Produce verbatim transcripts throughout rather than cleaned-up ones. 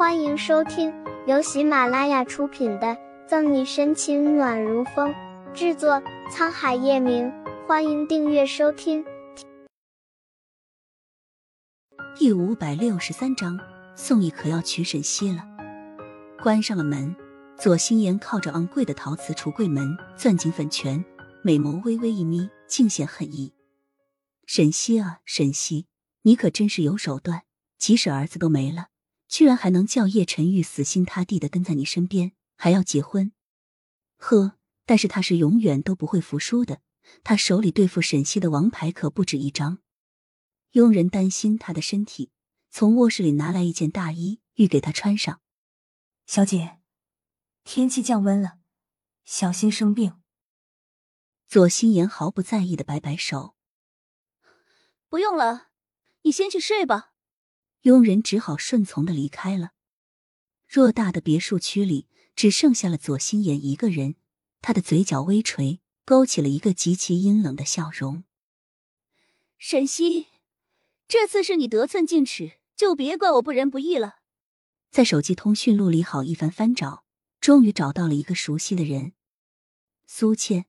欢迎收听由喜马拉雅出品的《赠你深情暖如风》，制作沧海夜明。欢迎订阅收听。 第五百六十三章，宋义可要娶沈西了。关上了门，左心言靠着昂贵的陶瓷橱柜门攥紧粉拳，美眸微微一眯，尽显恨意。沈西啊，沈西，你可真是有手段，即使儿子都没了，居然还能叫叶晨玉死心塌地地跟在你身边，还要结婚。呵，但是他是永远都不会服输的，他手里对付沈西的王牌可不止一张。佣人担心他的身体，从卧室里拿来一件大衣，欲给他穿上。 小姐，天气降温了，小心生病。 左心言毫不在意地摆摆手。 不用了，你先去睡吧。 佣人只好顺从地离开了。偌大的别墅区里只剩下了左心言一个人，他的嘴角微垂，勾起了一个极其阴冷的笑容。 沈西，这次是你得寸进尺，就别怪我不仁不义了。 在手机通讯录里好一番翻找，终于找到了一个熟悉的人。苏倩。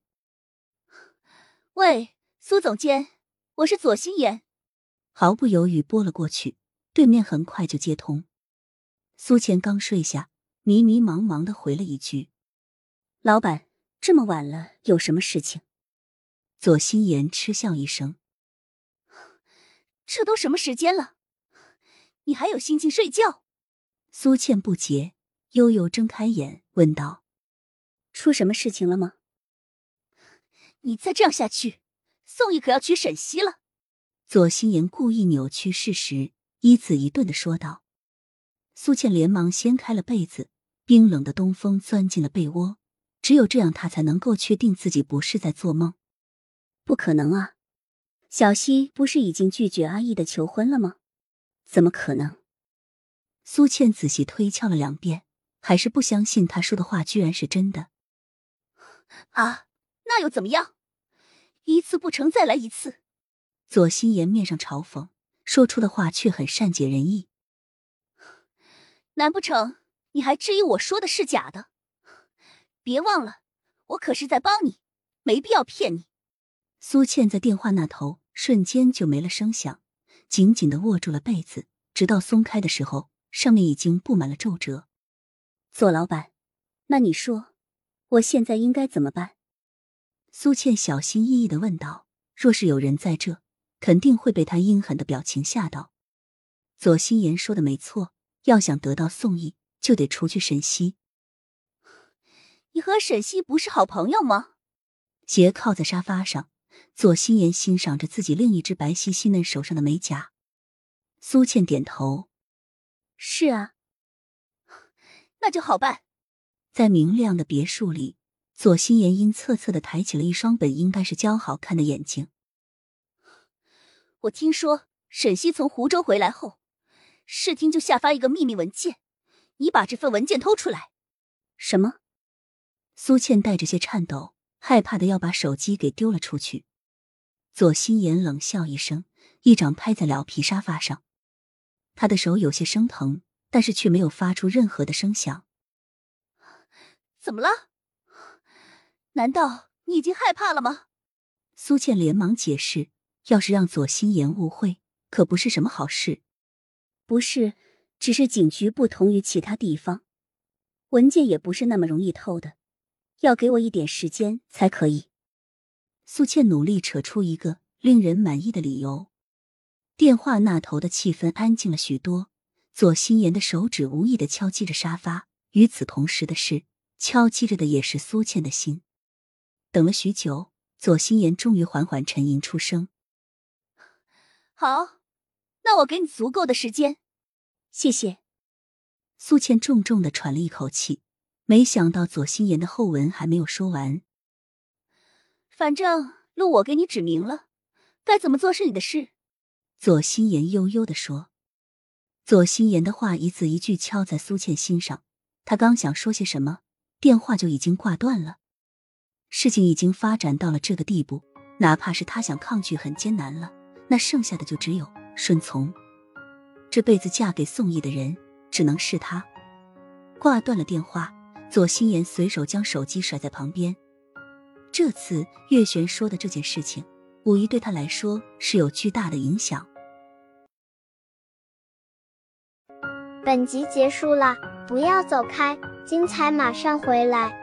喂，苏总监，我是左心言。 毫不犹豫拨了过去，对面很快就接通。苏倩刚睡下，迷迷茫茫地回了一句： 老板，这么晚了，有什么事情？ 左心言嗤笑一声： 这都什么时间了，你还有心情睡觉？ 苏倩不解，悠悠睁开眼问道： 出什么事情了吗？ 你再这样下去，宋义可要娶沈西了。 左心言故意扭曲事实，一字一顿地说道。苏倩连忙掀开了被子，冰冷的东风钻进了被窝，只有这样她才能够确定自己不是在做梦。 不可能啊，小西不是已经拒绝阿义的求婚了吗？怎么可能？ 苏倩仔细推敲了两遍，还是不相信他说的话居然是真的。 啊，那又怎么样？一次不成再来一次。 左心言面上嘲讽，说出的话却很善解人意。 难不成你还质疑我说的是假的？别忘了，我可是在帮你，没必要骗你。 苏倩在电话那头瞬间就没了声响，紧紧地握住了被子，直到松开的时候，上面已经布满了皱褶。 左老板，那你说我现在应该怎么办？ 苏倩小心翼翼地问道，若是有人在这，肯定会被他阴狠的表情吓到。左心言说的没错，要想得到宋义，就得除去沈西。 你和沈西不是好朋友吗？ 斜靠在沙发上，左心言欣赏着自己另一只白皙细嫩手上的美甲。苏倩点头。 是啊，那就好办。 在明亮的别墅里，左心言阴恻恻地抬起了一双本应该是姣好看的眼睛。 我听说沈西从湖州回来后，市厅就下发一个秘密文件，你把这份文件偷出来。 什么？ 苏倩带着些颤抖，害怕的要把手机给丢了出去。左心言冷笑一声，一掌拍在了皮沙发上。他的手有些生疼，但是却没有发出任何的声响。 怎么了？难道你已经害怕了吗？ 苏倩连忙解释，要是让左心言误会，可不是什么好事。 不是，只是警局不同于其他地方，文件也不是那么容易偷的，要给我一点时间才可以。 苏倩努力扯出一个令人满意的理由。电话那头的气氛安静了许多，左心言的手指无意地敲击着沙发，与此同时的是，敲击着的也是苏倩的心。等了许久，左心言终于缓缓沉吟出声： 好，那我给你足够的时间。 谢谢。 苏倩重重地喘了一口气，没想到左心言的后文还没有说完。 反正路我给你指明了，该怎么做是你的事。 左心言悠悠地说。左心言的话一字一句敲在苏倩心上，她刚想说些什么，电话就已经挂断了。事情已经发展到了这个地步，哪怕是她想抗拒很艰难了，那剩下的就只有顺从。这辈子嫁给宋义的人， 只能是他。挂断了电话，左心言随手将手机甩在旁边。这次月璇说的这件事情，无疑对他来说是有巨大的影响。 本集结束了，不要走开，精彩马上回来。